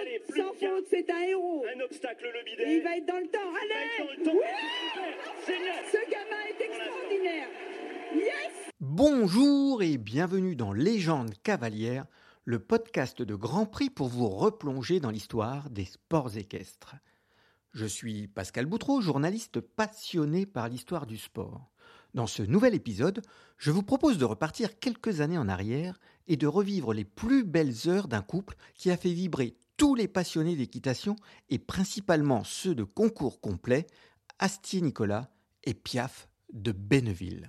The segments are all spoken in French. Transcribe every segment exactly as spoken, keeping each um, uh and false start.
Allez, faute, plus sans de quatre. faute, c'est un héros. Un obstacle, le bidet. Il va être dans le temps. Il va Allez, être dans le temps. ouais, Super, génial. ce gamin est extraordinaire. Yes. Bonjour et bienvenue dans Légende cavalière, le podcast de Grand Prix pour vous replonger dans l'histoire des sports équestres. Je suis Pascal Boutreau, journaliste passionné par l'histoire du sport. Dans ce nouvel épisode, je vous propose de repartir quelques années en arrière et de revivre les plus belles heures d'un couple qui a fait vibrer tous les passionnés d'équitation et principalement ceux de concours complets, Astier-Nicolas et Piaf de Benneville.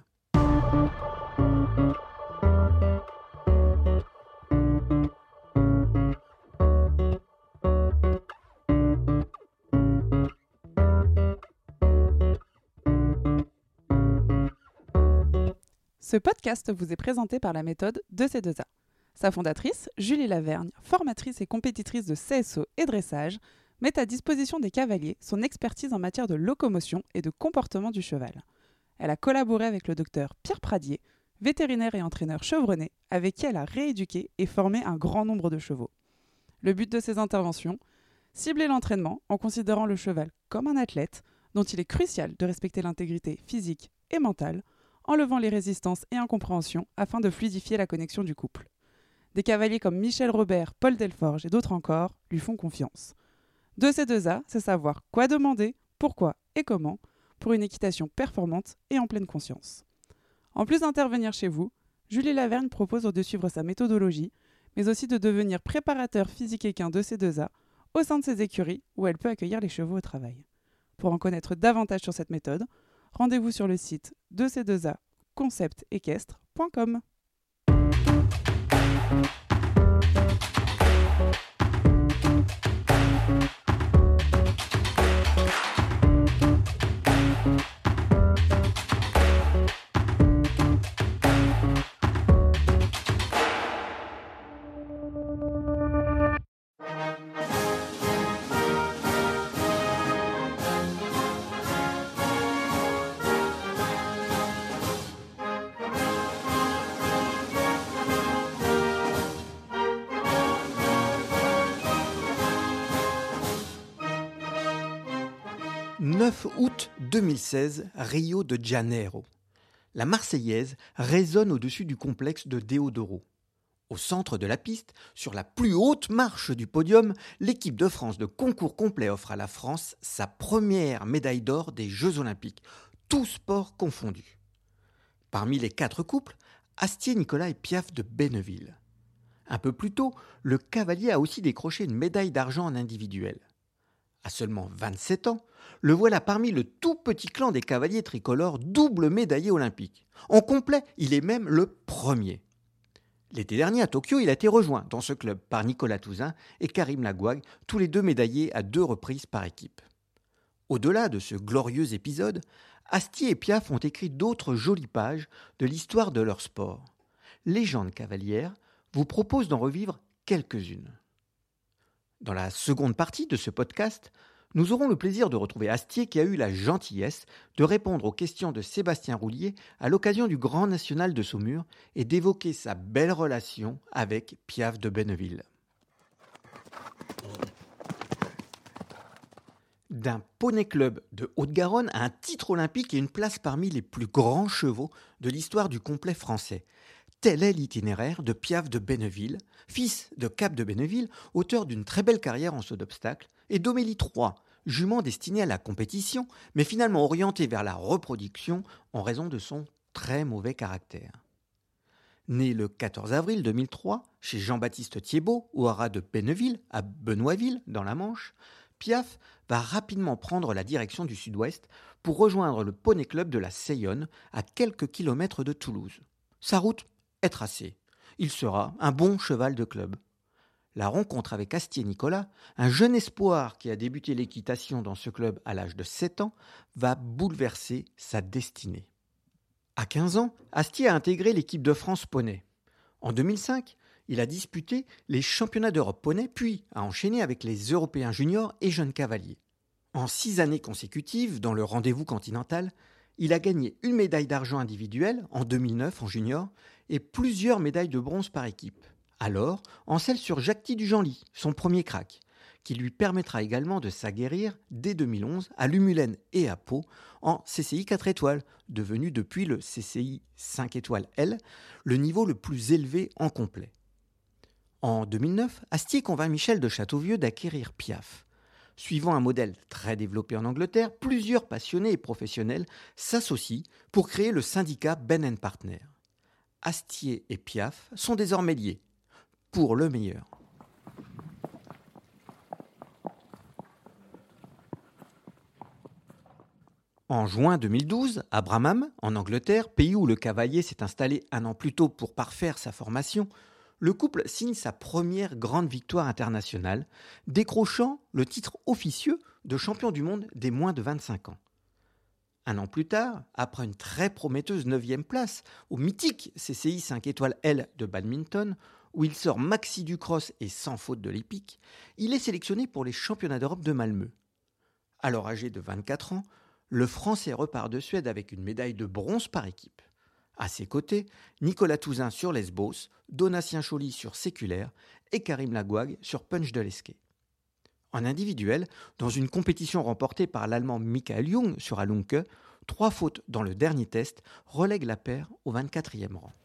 Ce podcast vous est présenté par la méthode deux C deux A. Sa fondatrice, Julie Lavergne, formatrice et compétitrice de C S O et dressage, met à disposition des cavaliers son expertise en matière de locomotion et de comportement du cheval. Elle a collaboré avec le docteur Pierre Pradier, vétérinaire et entraîneur chevronné, avec qui elle a rééduqué et formé un grand nombre de chevaux. Le but de ces interventions, cibler l'entraînement en considérant le cheval comme un athlète dont il est crucial de respecter l'intégrité physique et mentale, enlevant les résistances et incompréhensions afin de fluidifier la connexion du couple. Des cavaliers comme Michel Robert, Paul Delforge et d'autres encore lui font confiance. deux C deux A, c'est savoir quoi demander, pourquoi et comment pour une équitation performante et en pleine conscience. En plus d'intervenir chez vous, Julie Lavergne propose de suivre sa méthodologie, mais aussi de devenir préparateur physique équin deux C deux A au sein de ses écuries où elle peut accueillir les chevaux au travail. Pour en connaître davantage sur cette méthode, rendez-vous sur le site deux C deux A concept équestre point com. neuf août deux mille seize, Rio de Janeiro. La Marseillaise résonne au-dessus du complexe de Deodoro. Au centre de la piste, sur la plus haute marche du podium, l'équipe de France de concours complet offre à la France sa première médaille d'or des Jeux Olympiques, tous sports confondus. Parmi les quatre couples, Astier-Nicolas et Piaf de Benneville. Un peu plus tôt, le cavalier a aussi décroché une médaille d'argent en individuel. À seulement vingt-sept ans, le voilà parmi le tout petit clan des cavaliers tricolores double médaillé olympique. En complet, il est même le premier. L'été dernier à Tokyo, il a été rejoint dans ce club par Nicolas Touzin et Karim Lagouag, tous les deux médaillés à deux reprises par équipe. Au-delà de ce glorieux épisode, Astier et Piaf ont écrit d'autres jolies pages de l'histoire de leur sport. Légende cavalière vous propose d'en revivre quelques-unes. Dans la seconde partie de ce podcast, nous aurons le plaisir de retrouver Astier qui a eu la gentillesse de répondre aux questions de Sébastien Roulier à l'occasion du Grand National de Saumur et d'évoquer sa belle relation avec Piaf de Benneville. D'un poney club de Haute-Garonne à un titre olympique et une place parmi les plus grands chevaux de l'histoire du complet français. Tel est l'itinéraire de Piaf de Benneville, fils de Cap de Benneville, auteur d'une très belle carrière en saut d'obstacle, et d'Omélie trois, jument destinée à la compétition, mais finalement orientée vers la reproduction en raison de son très mauvais caractère. Né le quatorze avril deux mille trois, chez Jean-Baptiste Thiebaud, au haras de Benneville, à Benoîtville, dans la Manche, Piaf va rapidement prendre la direction du sud-ouest pour rejoindre le poney club de la Sayonne, à quelques kilomètres de Toulouse. Sa route est tracé. Il sera un bon cheval de club. La rencontre avec Astier-Nicolas, un jeune espoir qui a débuté l'équitation dans ce club à l'âge de sept ans, va bouleverser sa destinée. À quinze ans, Astier a intégré l'équipe de France poney. En deux mille cinq, il a disputé les championnats d'Europe poney, puis a enchaîné avec les Européens juniors et jeunes cavaliers. En six années consécutives, dans le rendez-vous continental, il a gagné une médaille d'argent individuelle en deux mille neuf en junior et plusieurs médailles de bronze par équipe. Alors, en selle sur Jacques-Ty du Genlis, son premier crack, qui lui permettra également de s'aguerrir dès deux mille onze à Lumulène et à Pau en C C I quatre étoiles, devenu depuis le C C I cinq étoiles L le niveau le plus élevé en complet. En deux mille neuf, Astier convainc Michel de Châteauvieux d'acquérir Piaf. Suivant un modèle très développé en Angleterre, plusieurs passionnés et professionnels s'associent pour créer le syndicat Ben and Partner. Astier et Piaf sont désormais liés, pour le meilleur. En juin deux mille douze, à Bramham, en Angleterre, pays où le cavalier s'est installé un an plus tôt pour parfaire sa formation, le couple signe sa première grande victoire internationale, décrochant le titre officieux de champion du monde des moins de vingt-cinq ans. Un an plus tard, après une très prometteuse neuvième place au mythique C C I cinq étoiles L de badminton, où il sort maxi du cross et sans faute de l'hippique, il est sélectionné pour les championnats d'Europe de Malmö. Alors âgé de vingt-quatre ans, le Français repart de Suède avec une médaille de bronze par équipe. À ses côtés, Nicolas Touzin sur Lesbos, Donatien Choly sur Séculaire et Karim Lagouag sur Punch de l'Esquet. En individuel, dans une compétition remportée par l'Allemand Michael Jung sur Alunke, trois fautes dans le dernier test relèguent la paire au vingt-quatrième rang.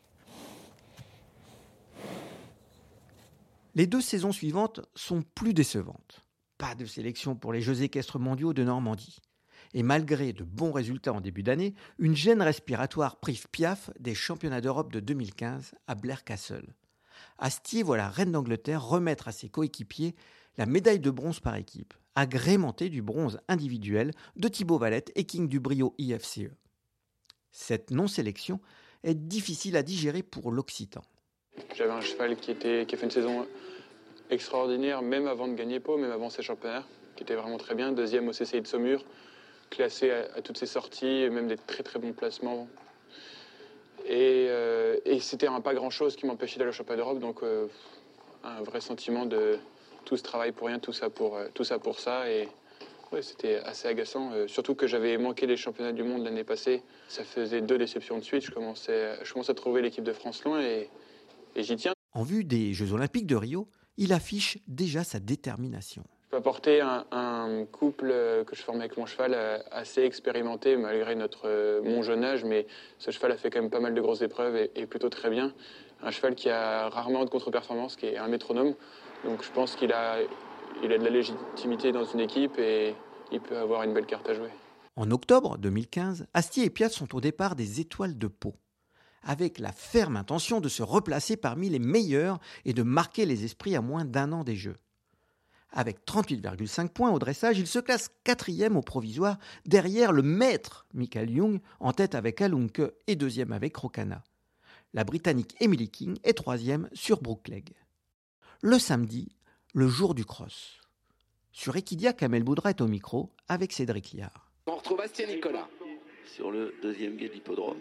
Les deux saisons suivantes sont plus décevantes. Pas de sélection pour les Jeux équestres mondiaux de Normandie. Et malgré de bons résultats en début d'année, une gêne respiratoire prive Piaf des championnats d'Europe de deux mille quinze à Blair Castle. Astier voit la reine d'Angleterre remettre à ses coéquipiers la médaille de bronze par équipe, agrémentée du bronze individuel de Thibaut Valette et King du Brio I F C E. Cette non-sélection est difficile à digérer pour l'Occitan. J'avais un cheval qui, était, qui a fait une saison extraordinaire, même avant de gagner Pau, même avant ses championnats, qui était vraiment très bien, deuxième au C C I de Saumur, classé à, à toutes ses sorties, même des très très bons placements. Et, euh, et c'était un pas grand-chose qui m'empêchait d'aller au championnat d'Europe, donc euh, un vrai sentiment de tout ce travail pour rien, tout ça pour, tout ça, pour ça. Et ouais, c'était assez agaçant, euh, surtout que j'avais manqué les championnats du monde l'année passée. Ça faisait deux déceptions de suite, je commençais, je commençais à trouver l'équipe de France loin et, et j'y tiens. En vue des Jeux Olympiques de Rio, il affiche déjà sa détermination. Je peux apporter un, un couple que je formais avec mon cheval assez expérimenté malgré notre, mon jeune âge, mais ce cheval a fait quand même pas mal de grosses épreuves et, et plutôt très bien. Un cheval qui a rarement de contre-performance, qui est un métronome, donc je pense qu'il a, il a de la légitimité dans une équipe et il peut avoir une belle carte à jouer. En octobre deux mille quinze, Astier et Piaf sont au départ des Étoiles de Pau, avec la ferme intention de se replacer parmi les meilleurs et de marquer les esprits à moins d'un an des Jeux. Avec trente-huit virgule cinq points au dressage, il se classe quatrième au provisoire, derrière le maître Michael Jung, en tête avec Alunke et deuxième avec Rocana. La Britannique Emily King est troisième sur Brookleg. Le samedi, le jour du cross. Sur Equidia, Kamel Boudra est au micro avec Cédric Liard. On retrouve Astier Nicolas. Sur le deuxième guet de l'hippodrome.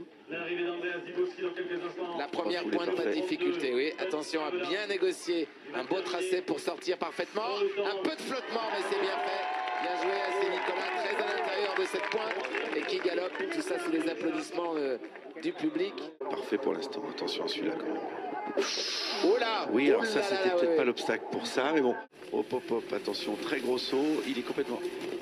La première pointe de difficulté, oui. Attention à bien négocier. Un beau tracé pour sortir parfaitement. Un peu de flottement, mais c'est bien fait. Bien joué Astier Nicolas, très à l'intérieur de cette pointe. Et qui galope, tout ça sous les applaudissements euh, du public. Parfait pour l'instant. Attention à celui-là quand même. Oh là! Oui, alors oh ça, là c'était là, peut-être ouais. pas l'obstacle pour ça, mais bon. Hop, hop, hop, attention, très gros saut. Il est complètement...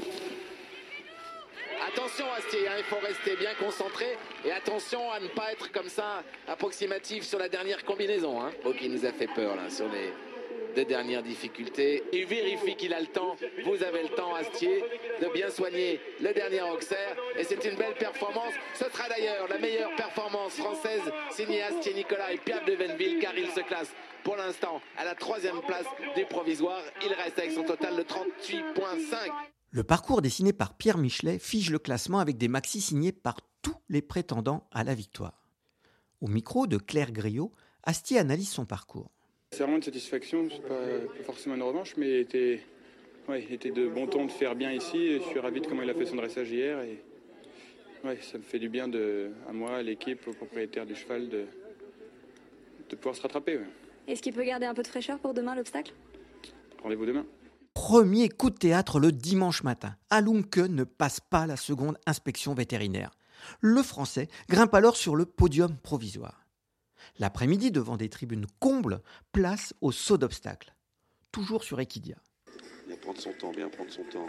Attention Astier, hein, il faut rester bien concentré et attention à ne pas être comme ça approximatif sur la dernière combinaison. Hein. Oh, qui nous a fait peur là sur les deux dernières difficultés. Il vérifie qu'il a le temps. Vous avez le temps Astier de bien soigner le dernier Auxerre et c'est une belle performance. Ce sera d'ailleurs la meilleure performance française signée Astier Nicolas et Piaf de Venneville car il se classe pour l'instant à la troisième place du provisoire. Il reste avec son total de trente-huit virgule cinq. Le parcours dessiné par Pierre Michelet fige le classement avec des maxis signés par tous les prétendants à la victoire. Au micro de Claire Griot, Astier analyse son parcours. C'est vraiment une satisfaction, c'est pas, pas forcément une revanche, mais il était, ouais, il était de bon ton de faire bien ici. Je suis ravi de comment il a fait son dressage hier. Et, ouais, ça me fait du bien de, à moi, à l'équipe, au propriétaire du cheval, de, de pouvoir se rattraper. Ouais. Est-ce qu'il peut garder un peu de fraîcheur pour demain, l'obstacle ? Rendez-vous demain. Premier coup de théâtre le dimanche matin. Alunke ne passe pas la seconde inspection vétérinaire. Le Français grimpe alors sur le podium provisoire. L'après-midi, devant des tribunes combles, place au saut d'obstacle. Toujours sur Equidia. Bien prendre son temps, bien prendre son temps.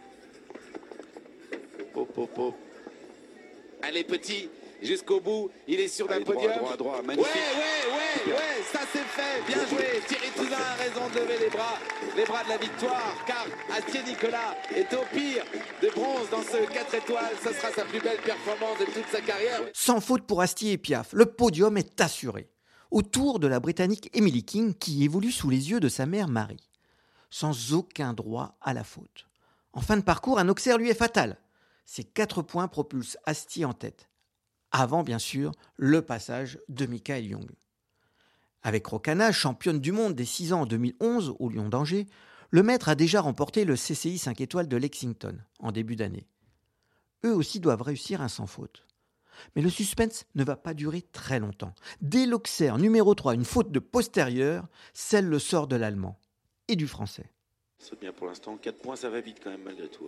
Hop, hop, hop. Allez, petit, jusqu'au bout, il est sûr d'un Allez, podium. droit, droit, droit, Ouais, magnifique. ouais, ouais, ouais, ça c'est fait, bien joué. Thierry Touzin a raison de lever les bras, les bras de la victoire, car Astier Nicolas est au pire de bronze dans ce quatre étoiles. Ça sera sa plus belle performance de toute sa carrière. Sans faute pour Astier et Piaf, le podium est assuré. Autour de la Britannique Emily King qui évolue sous les yeux de sa mère Marie, sans aucun droit à la faute. En fin de parcours, un Auxerre lui est fatal. Ces quatre points propulsent Astier en tête. Avant, bien sûr, le passage de Michael Young. Avec Rocana, championne du monde des six ans en deux mille onze au Lion d'Angers, le maître a déjà remporté le C C I cinq étoiles de Lexington en début d'année. Eux aussi doivent réussir un sans faute. Mais le suspense ne va pas durer très longtemps. Dès l'Auxerre numéro trois, une faute de postérieur scelle le sort de l'Allemand et du Français. C'est bien pour l'instant. quatre points, ça va vite quand même malgré tout.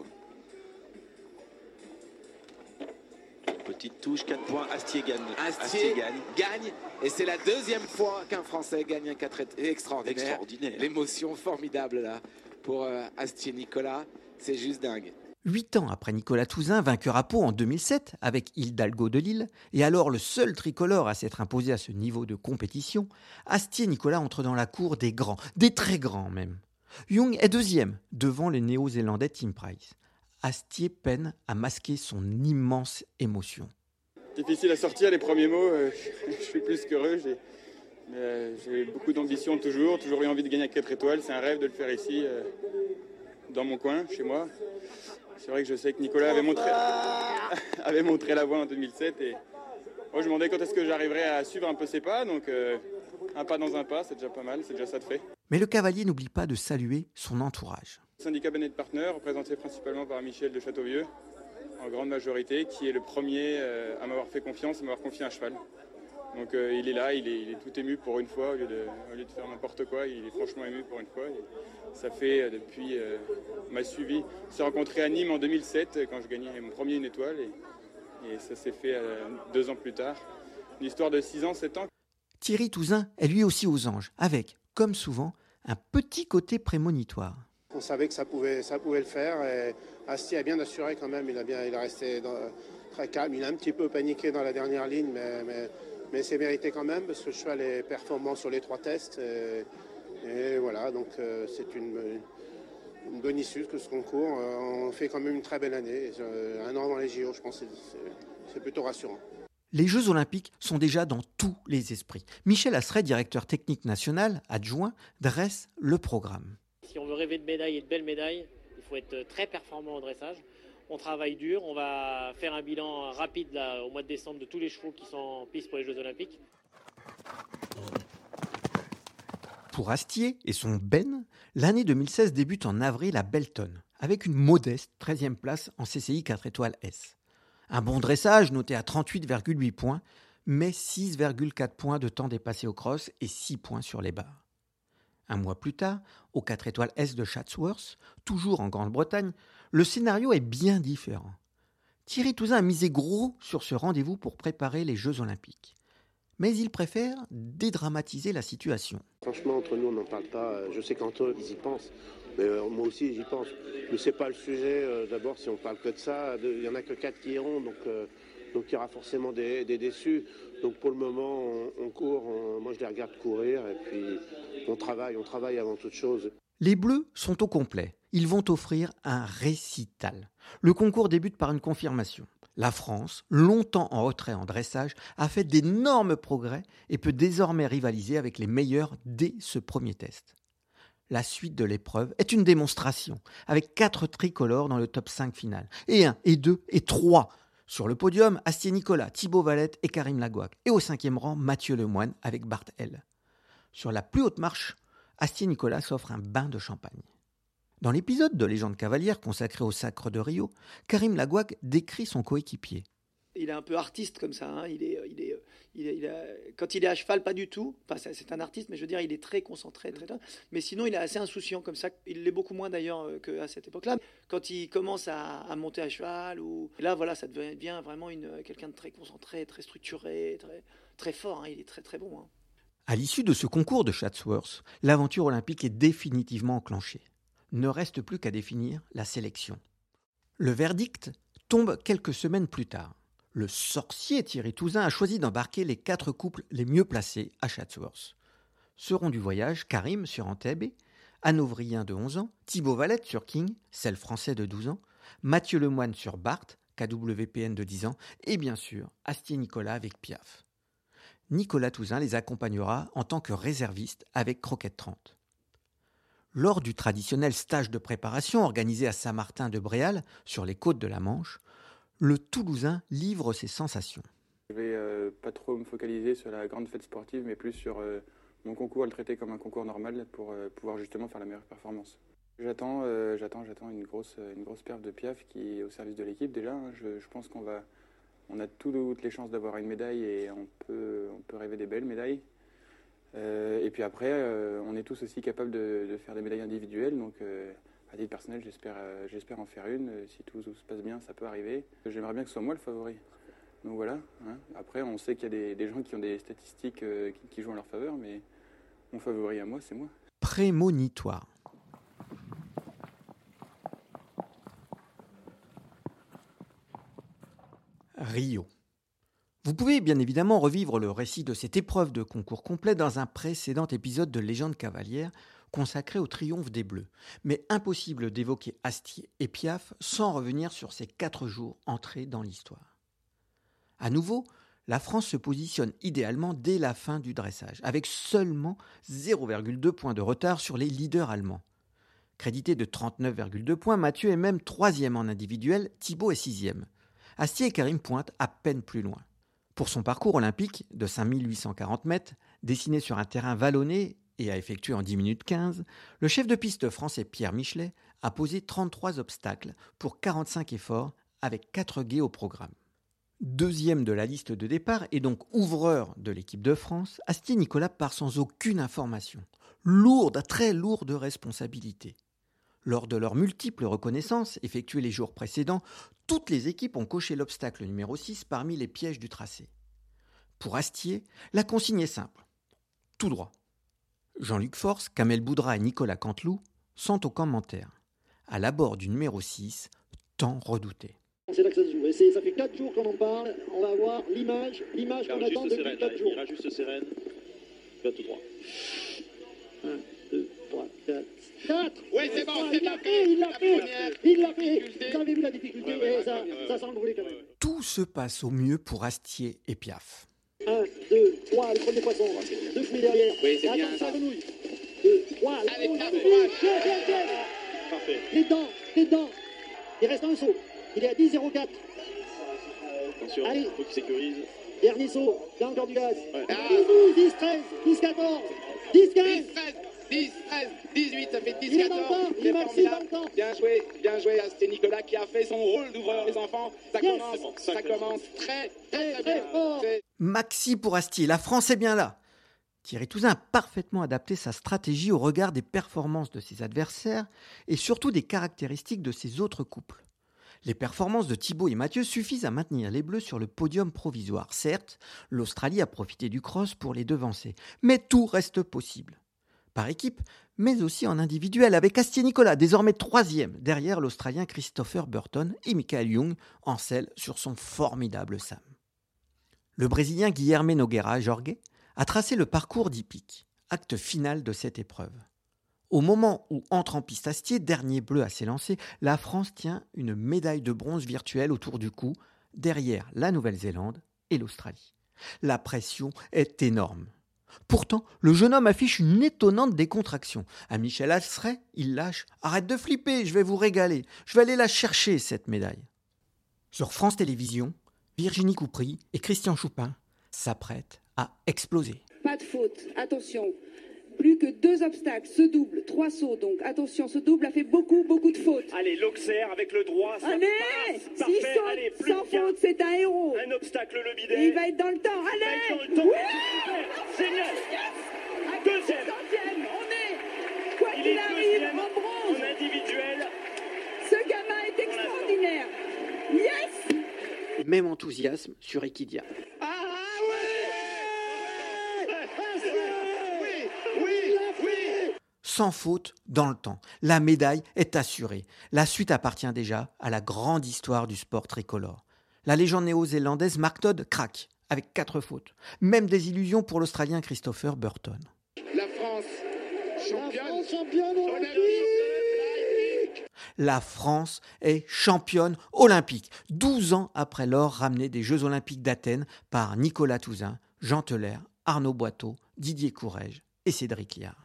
Petite touche, quatre points, Astier gagne. Astier, Astier gagne. gagne, et c'est la deuxième fois qu'un Français gagne un quatre extraordinaire. Extraordinaire. L'émotion formidable là pour euh, Astier Nicolas, c'est juste dingue. Huit ans après Nicolas Touzin, vainqueur à Pau en deux mille sept avec Hidalgo de Lille, et alors le seul tricolore à s'être imposé à ce niveau de compétition, Astier Nicolas entre dans la cour des grands, des très grands même. Young est deuxième, devant le néo-zélandais Tim Price. Astier peine à masquer son immense émotion. Difficile à sortir les premiers mots, euh, je suis plus qu'heureux. J'ai, euh, j'ai beaucoup d'ambition toujours, toujours eu envie de gagner à quatre étoiles. C'est un rêve de le faire ici, euh, dans mon coin, chez moi. C'est vrai que je sais que Nicolas avait montré, avait montré la voie en deux mille sept. Et moi, je me demandais quand est-ce que j'arriverais à suivre un peu ses pas. Donc euh, un pas dans un pas, c'est déjà pas mal, c'est déjà ça de fait. Mais le cavalier n'oublie pas de saluer son entourage. Syndicat Bennett Partner, représenté principalement par Michel de Châteauvieux, en grande majorité, qui est le premier euh, à m'avoir fait confiance, à m'avoir confié un cheval. Donc euh, il est là, il est, il est tout ému pour une fois, au lieu de, au lieu de faire n'importe quoi, il est franchement ému pour une fois. Et ça fait euh, depuis, euh, m'a suivi, on s'est rencontré à Nîmes en deux mille sept, quand je gagnais mon premier une étoile, et, et ça s'est fait euh, deux ans plus tard. Une histoire de six ans, sept ans. Thierry Touzin est lui aussi aux anges, avec, comme souvent, un petit côté prémonitoire. On savait que ça pouvait, ça pouvait le faire. Et Astier a bien assuré quand même. Il a bien, il est resté dans, très calme. Il a un petit peu paniqué dans la dernière ligne, mais, mais, mais c'est mérité quand même parce que le cheval est performant sur les trois tests. Et, et voilà, donc euh, c'est une, une bonne issue que ce concours. Euh, on fait quand même une très belle année. Euh, un an dans les J O, je pense que c'est, c'est plutôt rassurant. Les Jeux Olympiques sont déjà dans tous les esprits. Michel Asseret, directeur technique national adjoint, dresse le programme. Si on veut rêver de médailles et de belles médailles, il faut être très performant au dressage. On travaille dur, on va faire un bilan rapide là, au mois de décembre de tous les chevaux qui sont en piste pour les Jeux Olympiques. Pour Astier et son Ben, l'année deux mille seize débute en avril à Belton, avec une modeste treizième place en C C I quatre étoiles S. Un bon dressage noté à trente-huit virgule huit points, mais six virgule quatre points de temps dépassé au cross et six points sur les barres. Un mois plus tard, au quatre étoiles S de Chatsworth, toujours en Grande-Bretagne, le scénario est bien différent. Thierry Touzin a misé gros sur ce rendez-vous pour préparer les Jeux Olympiques. Mais il préfère dédramatiser la situation. Franchement, entre nous, on n'en parle pas. Je sais qu'Antoine, ils y pensent. Mais euh, moi aussi, j'y pense. Mais c'est pas le sujet. Euh, d'abord, si on parle que de ça, il n'y en a que quatre qui iront. Donc, euh, donc il y aura forcément des, des déçus. Donc pour le moment, on, on court. On, moi, je les regarde courir. Et puis, on travaille. On travaille avant toute chose. Les Bleus sont au complet. Ils vont offrir un récital. Le concours débute par une confirmation. La France, longtemps en retrait en dressage, a fait d'énormes progrès et peut désormais rivaliser avec les meilleurs dès ce premier test. La suite de l'épreuve est une démonstration, avec quatre tricolores dans le top cinq final. Et un, et deux, et trois. Sur le podium, Astier Nicolas, Thibaut Valette et Karim Lagouac. Et au cinquième rang, Mathieu Lemoine avec Bart L. Sur la plus haute marche, Astier Nicolas s'offre un bain de champagne. Dans l'épisode de Légende cavalière consacré au Sacre de Rio, Karim Lagouac décrit son coéquipier. Il est un peu artiste comme ça. Hein. Il est, il est, il est, il a, quand il est à cheval, pas du tout. Enfin, c'est un artiste, mais je veux dire, il est très concentré. Très, mais sinon, il est assez insouciant comme ça. Il l'est beaucoup moins d'ailleurs qu'à cette époque-là. Quand il commence à, à monter à cheval, ou là, voilà, ça devient vraiment une, quelqu'un de très concentré, très structuré, très, très fort. Hein. Il est très, très bon. Hein. À l'issue de ce concours de Chatsworth, l'aventure olympique est définitivement enclenchée. ne reste plus qu'à définir la sélection. Le verdict tombe quelques semaines plus tard. Le sorcier Thierry Touzin a choisi d'embarquer les quatre couples les mieux placés à Chatsworth. Seront du voyage Karim sur Entebbe, Hanovrien de onze ans, Thibaut Valette sur King, Selle français de douze ans, Mathieu Lemoine sur Barthes, K W P N de dix ans, et bien sûr Astier-Nicolas avec Piaf. Nicolas Touzin les accompagnera en tant que réserviste avec Croquette trente. Lors du traditionnel stage de préparation organisé à Saint-Martin-de-Bréal, sur les côtes de la Manche, le Toulousain livre ses sensations. Je vais euh, pas trop me focaliser sur la grande fête sportive, mais plus sur euh, mon concours, le traiter comme un concours normal pour euh, pouvoir justement faire la meilleure performance. J'attends, euh, j'attends, j'attends une grosse, une grosse perf de Piaf qui est au service de l'équipe déjà. Je, je pense qu'on va, on a toutes les chances d'avoir une médaille et on peut, on peut rêver des belles médailles. Euh, et puis après, euh, on est tous aussi capables de, de faire des médailles individuelles. Donc, euh, à titre personnel, j'espère, euh, j'espère en faire une. Si tout se passe bien, ça peut arriver. J'aimerais bien que ce soit moi le favori. Donc voilà. Hein. Après, on sait qu'il y a des, des gens qui ont des statistiques euh, qui, qui jouent en leur faveur, mais mon favori à moi, c'est moi. Prémonitoire. Rio. Vous pouvez bien évidemment revivre le récit de cette épreuve de concours complet dans un précédent épisode de Légende cavalière consacré au triomphe des Bleus. Mais impossible d'évoquer Astier et Piaf sans revenir sur ces quatre jours entrés dans l'histoire. À nouveau, la France se positionne idéalement dès la fin du dressage, avec seulement zéro virgule deux points de retard sur les leaders allemands. Crédité de trente-neuf virgule deux points, Mathieu est même troisième en individuel, Thibaut est sixième. Astier et Karim pointent à peine plus loin. Pour son parcours olympique de cinq mille huit cent quarante mètres, dessiné sur un terrain vallonné et à effectuer en dix minutes quinze, le chef de piste français Pierre Michelet a posé trente-trois obstacles pour quarante-cinq efforts avec quatre gués au programme. Deuxième de la liste de départ et donc ouvreur de l'équipe de France, Astier-Nicolas part sans aucune information. Lourde, très lourde responsabilité. Lors de leurs multiples reconnaissances effectuées les jours précédents, toutes les équipes ont coché l'obstacle numéro six parmi les pièges du tracé. Pour Astier, la consigne est simple. Tout droit. Jean-Luc Force, Kamel Boudra et Nicolas Canteloup sont aux commentaires. À l'abord du numéro six, tant redouté. C'est là que ça se joue. Et c'est, ça fait quatre jours qu'on en parle. On va avoir l'image, l'image qu'on attend depuis quatre jours. Il ira juste sereine. Va tout droit. un, deux, trois, quatre. quatre. Oui, c'est bon, c'est bien fait. Il l'a fait. Il l'a fait. Vous avez vu la difficulté. Ouais, ouais, et ça, ouais, ça sent le brûler quand même. Tout se passe au mieux pour Astier et Piaf. un, deux, trois, le premier poisson. Deux fumées derrière. Oui, c'est bien. Ça renouille. deux, trois, allez, parfait. Les dents, les dents. Il reste un saut. Il est à dix zéro quatre. Attention, il faut qu'il sécurise. Dernier saut, il y a encore du gaz. Ouais. Ah. dix douze, dix treize, dix quatorze, dix quinze. dix treize, dix treize, dix-huit, ça fait dix Il est dans quatorze. le temps, il marque six dans le temps. Bien joué, bien joué à Astier-Nicolas qui a fait son rôle d'ouvreur des enfants. Ça yes. commence, bon, ça, ça commence très, très, très, très bien. fort. Maxi pour Astier, la France est bien là. Thierry Touzin a parfaitement adapté sa stratégie au regard des performances de ses adversaires et surtout des caractéristiques de ses autres couples. Les performances de Thibaut et Mathieu suffisent à maintenir les Bleus sur le podium provisoire. Certes, l'Australie a profité du cross pour les devancer, mais tout reste possible. Par équipe, mais aussi en individuel, avec Astier-Nicolas, désormais troisième, derrière l'Australien Christopher Burton et Michael Young, en selle sur son formidable Sam. Le Brésilien Guilherme Nogueira Jorge a tracé le parcours d'hippique, acte final de cette épreuve. Au moment où entre en piste Astier, dernier bleu à s'élancer, la France tient une médaille de bronze virtuelle autour du cou, derrière la Nouvelle-Zélande et l'Australie. La pression est énorme. Pourtant, le jeune homme affiche une étonnante décontraction. À Michel Alfray, il lâche « Arrête de flipper, je vais vous régaler, je vais aller la chercher cette médaille ». Sur France Télévisions, Virginie Coupry et Christian Choupin s'apprêtent à exploser. Pas de faute, attention. Plus que deux obstacles, ce double, trois sauts donc. Attention, ce double a fait beaucoup, beaucoup de fautes. Allez, l'Auxerre avec le droit, ça allez, passe. Parfait, six sautes, allez, plus sans faute, c'est un héros. Un obstacle, le bidet. Et il va être dans le temps, allez. Il va être dans le temps, oui, c'est génial. Yes. Deuxième. Centième, on est, quoi il qu'il est arrive, deuxième en bronze. En individuel. Ce gamin est extraordinaire. Yes. Même enthousiasme sur Equidia. Ah, sans faute dans le temps. La médaille est assurée. La suite appartient déjà à la grande histoire du sport tricolore. La légende néo-zélandaise Mark Todd craque avec quatre fautes. Même désillusion pour l'Australien Christopher Burton. La France, championne, la France, championne olympique. La France est championne olympique. douze ans après l'or ramené des Jeux olympiques d'Athènes par Nicolas Touzin, Jean Teller, Arnaud Boiteau, Didier Courrèges et Cédric Liard.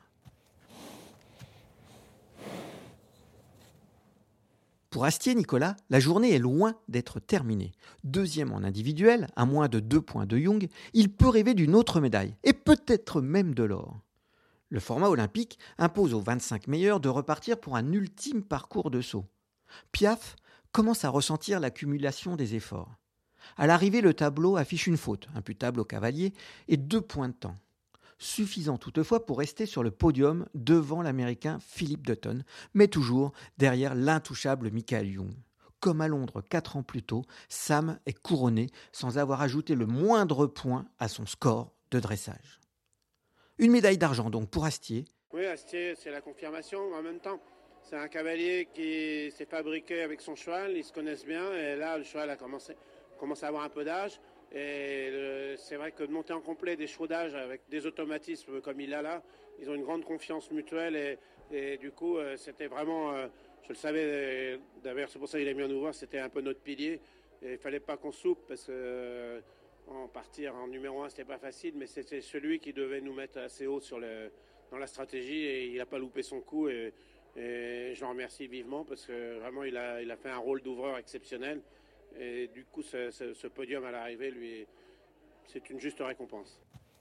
Pour Astier-Nicolas, la journée est loin d'être terminée. Deuxième en individuel, à moins de deux points de Young, il peut rêver d'une autre médaille, et peut-être même de l'or. Le format olympique impose aux vingt-cinq meilleurs de repartir pour un ultime parcours de saut. Piaf commence à ressentir l'accumulation des efforts. À l'arrivée, le tableau affiche une faute, imputable au cavalier, et deux points de temps. Suffisant toutefois pour rester sur le podium devant l'Américain Philip Dutton, mais toujours derrière l'intouchable Michael Young. Comme à Londres quatre ans plus tôt, Sam est couronné sans avoir ajouté le moindre point à son score de dressage. Une médaille d'argent donc pour Astier. Oui, Astier, c'est la confirmation. En même temps, c'est un cavalier qui s'est fabriqué avec son cheval, ils se connaissent bien, et là, le cheval a commencé, commencé à avoir un peu d'âge. Et le, c'est vrai que de monter en complet des chevaux d'âge avec des automatismes comme il a là, ils ont une grande confiance mutuelle et, et du coup euh, c'était vraiment, euh, je le savais, euh, d'ailleurs c'est pour ça qu'il est mis à nous voir, c'était un peu notre pilier et il ne fallait pas qu'on soupe parce que euh, en partir en numéro un c'était pas facile, mais c'était celui qui devait nous mettre assez haut sur le, dans la stratégie et il n'a pas loupé son coup et, et je le remercie vivement parce que vraiment il a, il a fait un rôle d'ouvreur exceptionnel. Et du coup, ce, ce, ce podium à l'arrivée, lui, c'est une juste récompense.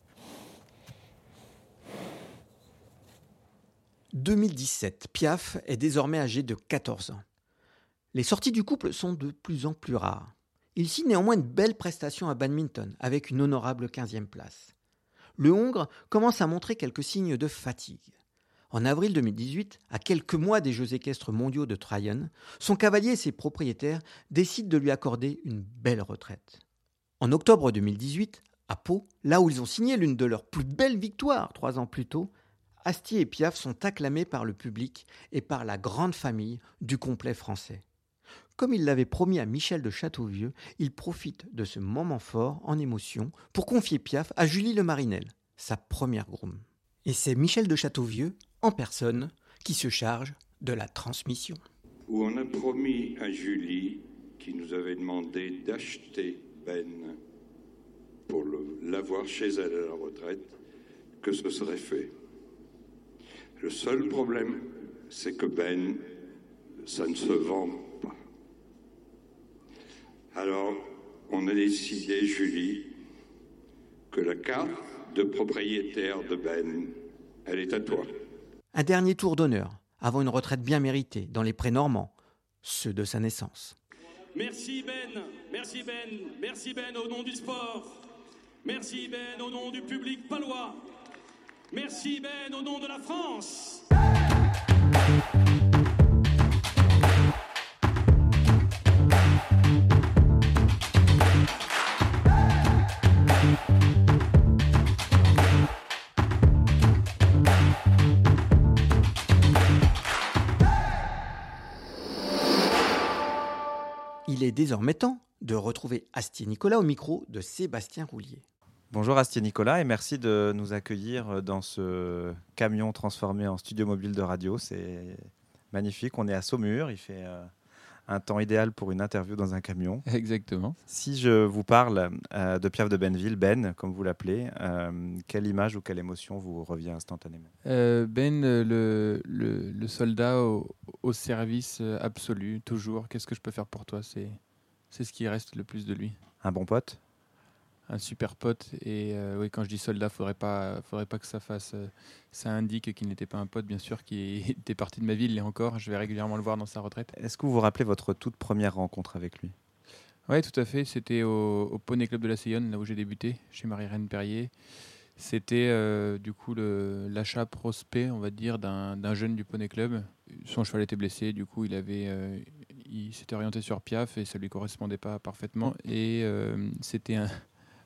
deux mille dix-sept, Piaf est désormais âgé de quatorze ans. Les sorties du couple sont de plus en plus rares. Il signe néanmoins une belle prestation à badminton, avec une honorable quinzième place. Le Hongre commence à montrer quelques signes de fatigue. En avril deux mille dix-huit, à quelques mois des Jeux équestres mondiaux de Tryon, son cavalier et ses propriétaires décident de lui accorder une belle retraite. En octobre deux mille dix-huit, à Pau, là où ils ont signé l'une de leurs plus belles victoires trois ans plus tôt, Astier et Piaf sont acclamés par le public et par la grande famille du complet français. Comme il l'avait promis à Michel de Châteauvieux, il profite de ce moment fort en émotion pour confier Piaf à Julie Le Marinel, sa première groom. Et c'est Michel de Châteauvieux, en personne, qui se charge de la transmission. Où on a promis à Julie, qui nous avait demandé d'acheter Ben pour le, l'avoir chez elle à la retraite, que ce serait fait. Le seul problème, c'est que Ben, ça ne se vend pas. Alors, on a décidé, Julie, que la carte de propriétaire de Ben, elle est à toi. Un dernier tour d'honneur, avant une retraite bien méritée, dans les prés normands, ceux de sa naissance. Merci Ben, merci Ben, merci Ben au nom du sport. Merci Ben au nom du public palois. Merci Ben au nom de la France. Il est désormais temps de retrouver Astier-Nicolas au micro de Sébastien Roulier. Bonjour Astier-Nicolas et merci de nous accueillir dans ce camion transformé en studio mobile de radio. C'est magnifique, on est à Saumur, il fait euh, un temps idéal pour une interview dans un camion. Exactement. Si je vous parle euh, de Piaf de Benneville, Ben, comme vous l'appelez, euh, quelle image ou quelle émotion vous revient instantanément ? euh, Ben, le, le, le soldat au, au service absolu, toujours. Qu'est-ce que je peux faire pour toi ? C'est, c'est ce qui reste le plus de lui. Un bon pote ? Un super pote. Et euh, oui, quand je dis soldat, il faudrait pas, faudrait pas que ça fasse... Euh, ça indique qu'il n'était pas un pote, bien sûr, qui était parti de ma vie, il l'est encore. Je vais régulièrement le voir dans sa retraite. Est-ce que vous vous rappelez votre toute première rencontre avec lui ? Oui, tout à fait. C'était au, au Poney Club de la Sayonne, là où j'ai débuté, chez Marie-Reine Perrier. C'était euh, du coup le, l'achat prospect, on va dire, d'un, d'un jeune du Poney Club. Son cheval était blessé, du coup il, avait, euh, il s'était orienté sur Piaf et ça ne lui correspondait pas parfaitement. Et euh, c'était un,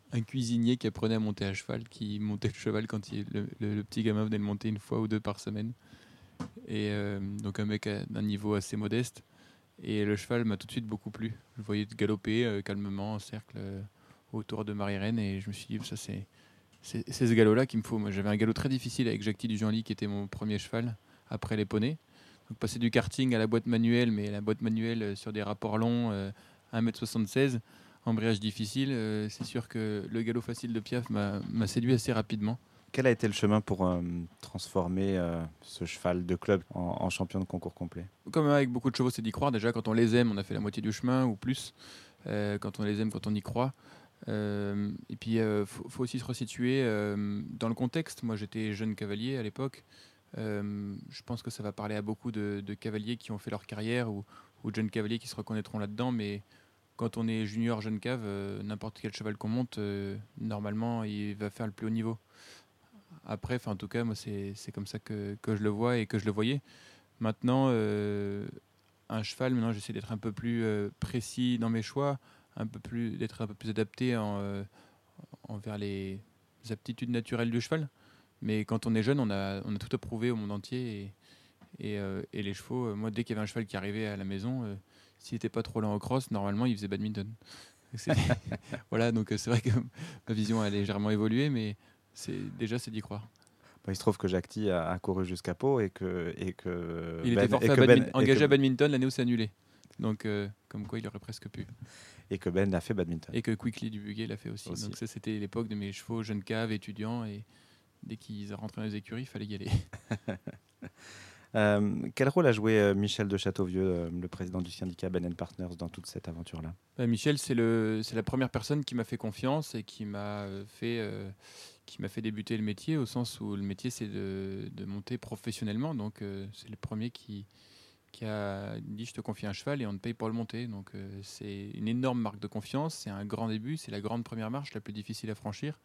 un cuisinier qui apprenait à monter à cheval, qui montait le cheval quand il, le, le, le petit gamin venait le monter une fois ou deux par semaine. Et euh, donc un mec à, d'un niveau assez modeste. Et le cheval m'a tout de suite beaucoup plu. Je le voyais galoper euh, calmement en cercle euh, autour de Marie-Reine et je me suis dit, ça c'est, c'est, c'est ce galop-là qu'il me faut. Moi, j'avais un galop très difficile avec Jacques Dugenlis qui était mon premier cheval après les poneys. Donc passer du karting à la boîte manuelle, mais la boîte manuelle euh, sur des rapports longs, euh, un mètre soixante-seize, embrayage difficile, euh, c'est sûr que le galop facile de Piaf m'a, m'a séduit assez rapidement. Quel a été le chemin pour euh, transformer euh, ce cheval de club en, en champion de concours complet ? Comme avec beaucoup de chevaux, c'est d'y croire. Déjà, quand on les aime, on a fait la moitié du chemin ou plus. Euh, quand on les aime, quand on y croit. Euh, et puis, il euh, faut, faut aussi se resituer euh, dans le contexte. Moi, j'étais jeune cavalier à l'époque. Euh, je pense que ça va parler à beaucoup de, de cavaliers qui ont fait leur carrière ou, ou de jeunes cavaliers qui se reconnaîtront là-dedans. Mais quand on est junior, jeune cave, euh, n'importe quel cheval qu'on monte, euh, normalement, il va faire le plus haut niveau. Après, en tout cas, moi, c'est, c'est comme ça que, que je le vois et que je le voyais. Maintenant, euh, un cheval, maintenant, j'essaie d'être un peu plus euh, précis dans mes choix, un peu plus, d'être un peu plus adapté en, euh, envers les aptitudes naturelles du cheval. Mais quand on est jeune, on a, on a tout approuvé au monde entier. Et, et, euh, et les chevaux, euh, moi, dès qu'il y avait un cheval qui arrivait à la maison, euh, s'il n'était pas trop lent au cross, normalement, il faisait badminton. Voilà, donc c'est vrai que ma vision a légèrement évolué, mais c'est, déjà, c'est d'y croire. Bon, il se trouve que Jacques a, a couru jusqu'à Pau et que, et que il Ben, était forfait et à que badmin- Ben, engagé et que, à badminton l'année où c'est annulé. Donc, euh, comme quoi, il aurait presque pu. Et que Ben a fait badminton. Et que Quickly du Buguet l'a fait aussi. aussi. Donc ça, c'était l'époque de mes chevaux jeunes caves, étudiants, et dès qu'ils rentraient dans les écuries, il fallait y aller. euh, quel rôle a joué euh, Michel de Châteauvieux, euh, le président du syndicat Ben and Partners, dans toute cette aventure-là ? Bah, Michel, c'est, le, c'est la première personne qui m'a fait confiance et qui m'a euh, fait... Euh, qui m'a fait débuter le métier, au sens où le métier, c'est de, de monter professionnellement. Donc, euh, c'est le premier qui, qui a dit « je te confie un cheval et on te paye pour le monter ». Donc, euh, c'est une énorme marque de confiance, c'est un grand début, c'est la grande première marche, la plus difficile à franchir.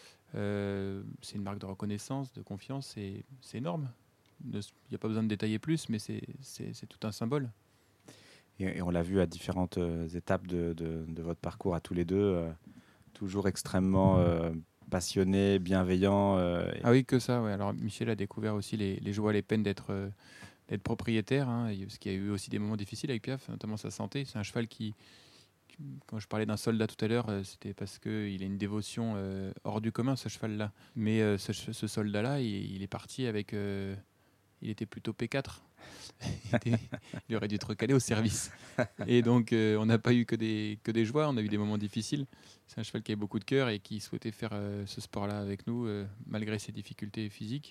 Euh, c'est une marque de reconnaissance, de confiance, et c'est énorme. Il n'y a pas besoin de détailler plus, mais c'est, c'est, c'est tout un symbole. Et, et on l'a vu à différentes euh, étapes de, de, de votre parcours à tous les deux, euh, toujours extrêmement... Euh, passionné, bienveillant. Euh, et... Ah oui, que ça. Ouais. Alors Michel a découvert aussi les, les joies, les peines d'être, euh, d'être propriétaire, hein, et, parce qu'il y a eu aussi des moments difficiles avec Piaf, notamment sa santé. C'est un cheval qui, qui quand je parlais d'un soldat tout à l'heure, euh, c'était parce qu'il a une dévotion euh, hors du commun, ce cheval-là. Mais euh, ce, ce soldat-là, il, il est parti avec... Euh, il était plutôt P quatre. il, était, il aurait dû être recalé au service. Et donc, euh, on n'a pas eu que des, que des joies, on a eu des moments difficiles. C'est un cheval qui avait beaucoup de cœur et qui souhaitait faire euh, ce sport-là avec nous, euh, malgré ses difficultés physiques.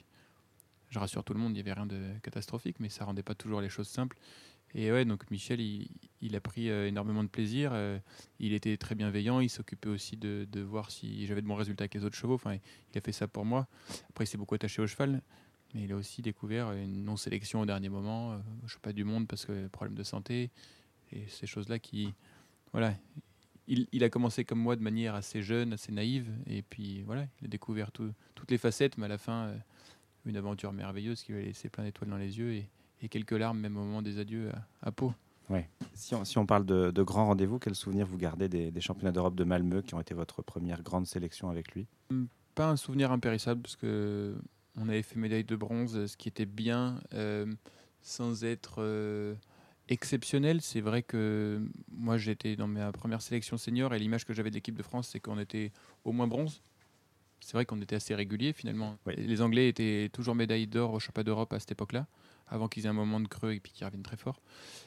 Je rassure tout le monde, il n'y avait rien de catastrophique, mais ça ne rendait pas toujours les choses simples. Et ouais, donc Michel, il, il a pris euh, énormément de plaisir. Euh, il était très bienveillant, il s'occupait aussi de, de voir si j'avais de bons résultats avec les autres chevaux. Enfin, il a fait ça pour moi. Après, il s'est beaucoup attaché au cheval. Mais il a aussi découvert une non-sélection au dernier moment, euh, je ne suis pas du monde parce que problème de santé, et ces choses-là qui... Voilà, il, il a commencé comme moi de manière assez jeune, assez naïve, et puis voilà, il a découvert tout, toutes les facettes, mais à la fin, euh, une aventure merveilleuse qui lui a laissé plein d'étoiles dans les yeux, et, et quelques larmes même au moment des adieux à, à Pau. Ouais. Si, on, si on parle de, de grands rendez-vous, quel souvenir vous gardez des, des championnats d'Europe de Malmö qui ont été votre première grande sélection avec lui ? Pas un souvenir impérissable, parce que... On avait fait médaille de bronze, ce qui était bien, euh, sans être euh, exceptionnel. C'est vrai que moi, j'étais dans ma première sélection senior et l'image que j'avais de l'équipe de France, c'est qu'on était au moins bronze. C'est vrai qu'on était assez régulier finalement. Oui. Les Anglais étaient toujours médaille d'or au championnat d'Europe à cette époque-là, avant qu'ils aient un moment de creux et puis qu'ils reviennent très fort.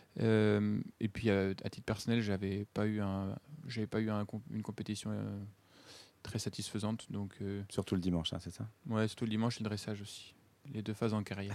Euh, et puis à, à titre personnel, j'avais pas eu, un, j'avais pas eu un, une compétition... Euh, très satisfaisante. Donc, euh... Surtout le dimanche, hein, c'est ça ? Ouais, surtout le dimanche et le dressage aussi. Les deux phases en carrière.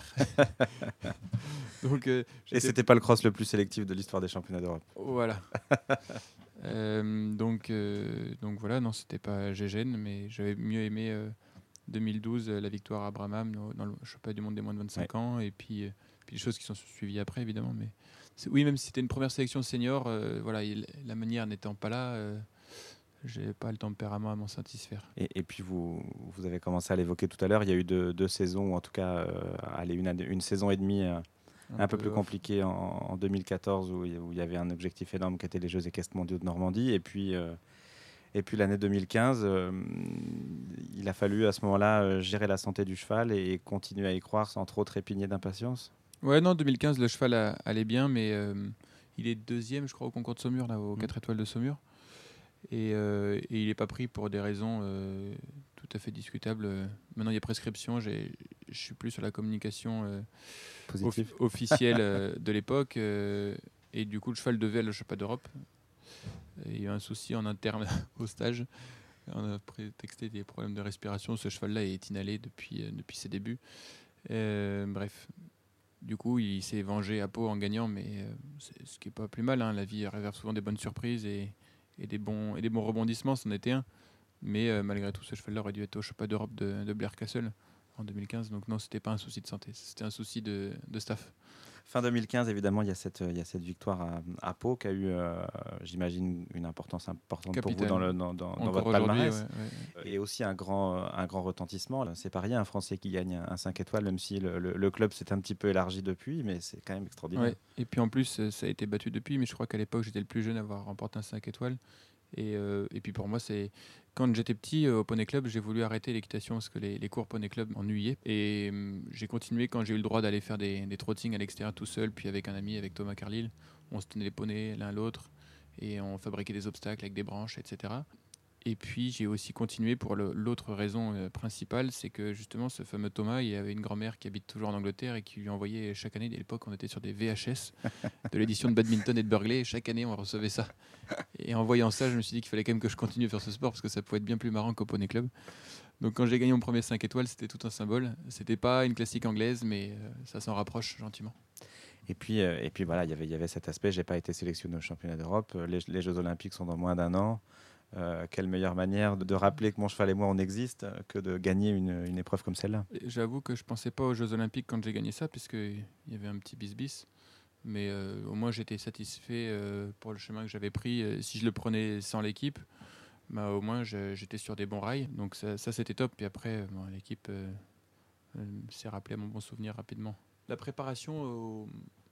donc, euh, et c'était pas le cross le plus sélectif de l'histoire des championnats d'Europe. Voilà. euh, donc, euh, donc voilà, non, c'était pas Gégène, mais j'avais mieux aimé euh, deux mille douze, euh, la victoire à Bramham dans le championnat du monde des moins de vingt-cinq ouais. ans, et puis, euh, puis les choses qui sont suivies après, évidemment. Mais oui, même si c'était une première sélection senior, euh, voilà, il, la manière n'étant pas là... Euh, j'ai pas le tempérament à m'en satisfaire. Et, et puis vous, vous avez commencé à l'évoquer tout à l'heure, il y a eu deux, deux saisons, ou en tout cas euh, allez, une, une saison et demie euh, un, un peu, peu plus off. compliquée en, en deux mille quatorze, où, où il y avait un objectif énorme qui était les Jeux équestres mondiaux de Normandie, et puis, euh, Et puis l'année deux mille quinze, euh, il a fallu à ce moment-là euh, gérer la santé du cheval et continuer à y croire sans trop trépigner d'impatience. Ouais, non, deux mille quinze, le cheval a, allait bien, mais euh, il est deuxième, je crois, au concours de Saumur, là, aux Mmh. quatre étoiles de Saumur. Et, euh, et il n'est pas pris pour des raisons euh, tout à fait discutables. Maintenant, il y a prescription. Je suis plus sur la communication euh, Positive. off- officielle euh, de l'époque. euh, et du coup, le cheval devait aller au championnat d'Europe. Et il y a eu un souci en interne au stage. On a prétexté des problèmes de respiration. Ce cheval-là est inhalé depuis, euh, depuis ses débuts. Euh, bref. Du coup, il s'est vengé à Pau en gagnant, mais euh, c'est, ce qui n'est pas plus mal. Hein. La vie réserve souvent des bonnes surprises et, et, des, bons, et des bons rebondissements, c'en était un. Mais euh, malgré tout, ce cheval-là aurait dû être au championnat d'Europe de, de Blair Castle en deux mille quinze. Donc non, ce n'était pas un souci de santé, c'était un souci de, de staff. Fin deux mille quinze, évidemment, il y a cette, il y a cette victoire à, à Pau qui a eu, euh, j'imagine, une importance importante Capitale. pour vous dans, le, dans, dans, dans Encore votre palmarès. aujourd'hui, ouais, ouais. Et aussi un grand, un grand retentissement. C'est pas rien, un Français qui gagne un cinq étoiles, même si le, le, le club s'est un petit peu élargi depuis, mais c'est quand même extraordinaire. Ouais. Et puis en plus, ça a été battu depuis, mais je crois qu'à l'époque, j'étais le plus jeune à avoir remporté un cinq étoiles. Et, euh, et puis pour moi, c'est quand j'étais petit euh, au Poney Club, j'ai voulu arrêter l'équitation parce que les, les cours Poney Club m'ennuyaient. Et euh, j'ai continué quand j'ai eu le droit d'aller faire des, des trottings à l'extérieur tout seul, puis avec un ami, avec Thomas Carlyle. On se tenait les poneys l'un l'autre et on fabriquait des obstacles avec des branches, et cetera. Et puis j'ai aussi continué pour le, l'autre raison euh, principale, c'est que justement ce fameux Thomas, il avait une grand-mère qui habite toujours en Angleterre et qui lui envoyait chaque année, à l'époque on était sur des V H S de l'édition de badminton et de Burghley, et chaque année on recevait ça. Et en voyant ça, je me suis dit qu'il fallait quand même que je continue à faire ce sport parce que ça pouvait être bien plus marrant qu'au Poney Club. Donc quand j'ai gagné mon premier cinq étoiles, c'était tout un symbole. C'était pas une classique anglaise, mais euh, ça s'en rapproche gentiment. Et puis, euh, et puis voilà, y avait, il y avait cet aspect, j'ai pas été sélectionné au championnat d'Europe, les, les Jeux Olympiques sont dans moins d'un an. Euh, quelle meilleure manière de, de rappeler que mon cheval et moi on existe euh, que de gagner une, une épreuve comme celle-là. Et j'avoue que je pensais pas aux Jeux Olympiques quand j'ai gagné ça, puisqu'il y avait un petit bis-bis. Mais euh, au moins j'étais satisfait euh, pour le chemin que j'avais pris. Euh, si je le prenais sans l'équipe, bah, au moins je, j'étais sur des bons rails. Donc ça, ça c'était top. Puis après, bon, l'équipe euh, euh, s'est rappelé à mon bon souvenir rapidement. La préparation au,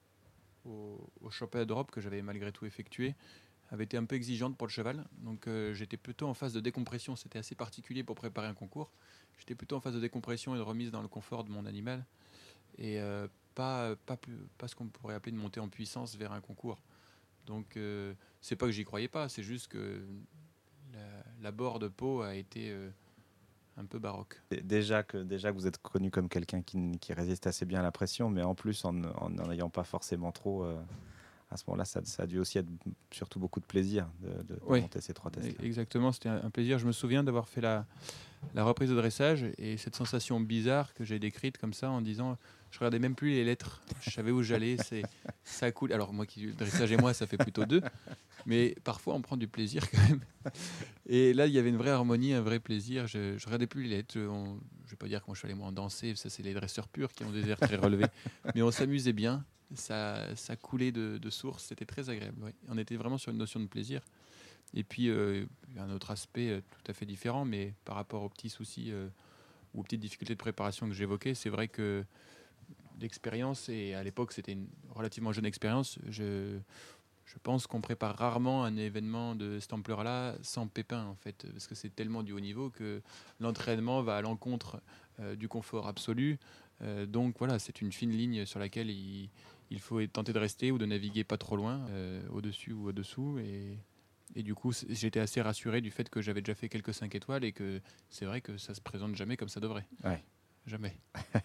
au, au championnat d'Europe que j'avais malgré tout effectué avait été un peu exigeante pour le cheval. Donc euh, j'étais plutôt en phase de décompression. C'était assez particulier pour préparer un concours. J'étais plutôt en phase de décompression et de remise dans le confort de mon animal. Et euh, pas, pas, plus, pas ce qu'on pourrait appeler une montée en puissance vers un concours. Donc euh, c'est pas que j'y croyais pas, c'est juste que la, l'abord de Pau a été euh, un peu baroque. Déjà que, déjà que vous êtes connu comme quelqu'un qui, qui résiste assez bien à la pression, mais en plus en n'en ayant pas forcément trop... Euh à ce moment-là, ça, ça a dû aussi être surtout beaucoup de plaisir de, de, de oui, monter ces trois tests. Exactement, c'était un plaisir. Je me souviens d'avoir fait la, la reprise de dressage et cette sensation bizarre que j'ai décrite comme ça en disant, je regardais même plus les lettres, je savais où j'allais, c'est, ça coule. Alors moi, qui le dressage et moi, ça fait plutôt deux, mais parfois on prend du plaisir quand même. Et là, il y avait une vraie harmonie, un vrai plaisir. Je, je regardais plus les lettres. Je, on, je vais pas dire que mon cheval et moi on dansait, ça c'est les dresseurs purs qui ont des airs très relevés, mais on s'amusait bien. Ça, ça coulait de, de source, c'était très agréable. Oui. On était vraiment sur une notion de plaisir. Et puis, euh, un autre aspect euh, tout à fait différent, mais par rapport aux petits soucis euh, ou aux petites difficultés de préparation que j'évoquais, c'est vrai que l'expérience, et à l'époque c'était une relativement jeune expérience, je, je pense qu'on prépare rarement un événement de cette ampleur-là sans pépin, en fait, parce que c'est tellement du haut niveau que l'entraînement va à l'encontre euh, du confort absolu. Euh, donc voilà, c'est une fine ligne sur laquelle il, il faut tenter de rester ou de naviguer pas trop loin, euh, au-dessus ou au-dessous. Et, et du coup, j'étais assez rassuré du fait que j'avais déjà fait quelques cinq étoiles et que c'est vrai que ça se présente jamais comme ça devrait. Ouais. Jamais.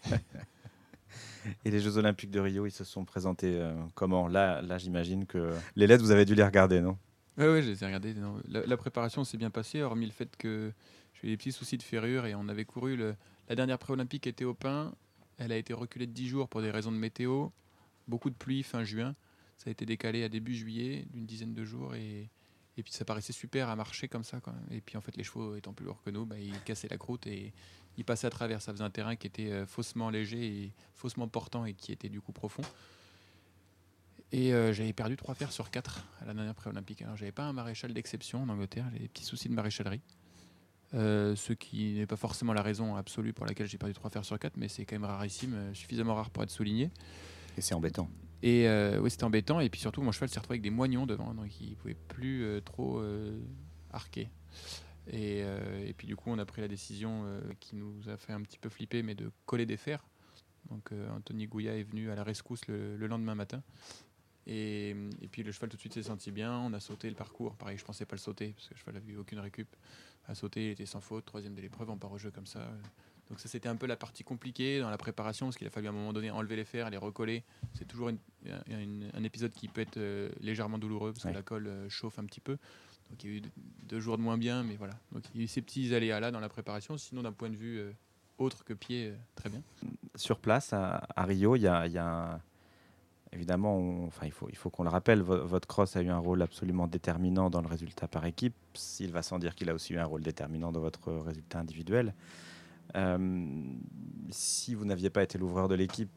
Et les Jeux Olympiques de Rio, ils se sont présentés euh, comment ? Là, là, j'imagine que les lettres, vous avez dû les regarder, non ? Oui, ouais, je les ai regardées. Non. La, la préparation s'est bien passée, hormis le fait que j'ai eu des petits soucis de ferrure et on avait couru. Le, la dernière pré-olympique était au Pin. Elle a été reculée de dix jours pour des raisons de météo. Beaucoup de pluie fin juin. Ça a été décalé à début juillet d'une dizaine de jours. Et, et puis ça paraissait super à marcher comme ça, quoi. Et puis en fait, les chevaux étant plus lourds que nous, bah, ils cassaient la croûte et ils passaient à travers. Ça faisait un terrain qui était euh, faussement léger et faussement portant et qui était du coup profond. Et euh, j'avais perdu trois fers sur quatre à la dernière pré-olympique. Alors j'avais pas un maréchal d'exception en Angleterre. J'avais des petits soucis de maréchalerie. Euh, ce qui n'est pas forcément la raison absolue pour laquelle j'ai perdu trois fers sur quatre, mais c'est quand même rarissime, euh, suffisamment rare pour être souligné. Et c'est embêtant. Et euh, oui, c'était embêtant. Et puis surtout, mon cheval s'est retrouvé avec des moignons devant, donc il ne pouvait plus euh, trop euh, arqué. Et, euh, et puis du coup, on a pris la décision euh, qui nous a fait un petit peu flipper, mais de coller des fers. Donc euh, Anthony Gouya est venu à la rescousse le, le lendemain matin. Et, et puis le cheval tout de suite s'est senti bien. On a sauté le parcours. Pareil, je pensais pas le sauter parce que le cheval n'avait eu aucune récup. A sauté, il était sans faute, troisième de l'épreuve, on part au jeu comme ça. Donc ça, c'était un peu la partie compliquée dans la préparation parce qu'il a fallu à un moment donné enlever les fers, les recoller. C'est toujours une, une, un épisode qui peut être euh, légèrement douloureux parce ouais. que la colle euh, chauffe un petit peu. Donc il y a eu deux jours de moins bien, mais voilà. Donc il y a eu ces petits aléas-là dans la préparation. Sinon, d'un point de vue euh, autre que pied, euh, très bien. Sur place, à, à Rio, il y a, y a un... évidemment, on... enfin, il faut, il faut qu'on le rappelle, v- votre cross a eu un rôle absolument déterminant dans le résultat par équipe. Il va sans dire qu'il a aussi eu un rôle déterminant dans votre résultat individuel. Euh, si vous n'aviez pas été l'ouvreur de l'équipe,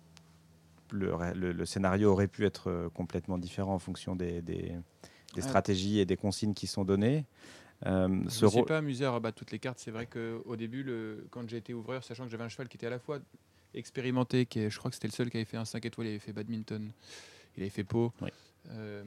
le, le, le scénario aurait pu être complètement différent en fonction des... des des stratégies et des consignes qui sont données. Euh, je ne me suis ro- pas amusé à rebattre toutes les cartes. C'est vrai qu'au début, le, quand j'ai été ouvreur, sachant que j'avais un cheval qui était à la fois expérimenté, qui est, je crois que c'était le seul qui avait fait un cinq étoiles, il avait fait badminton, il avait fait Pau. Oui. Euh,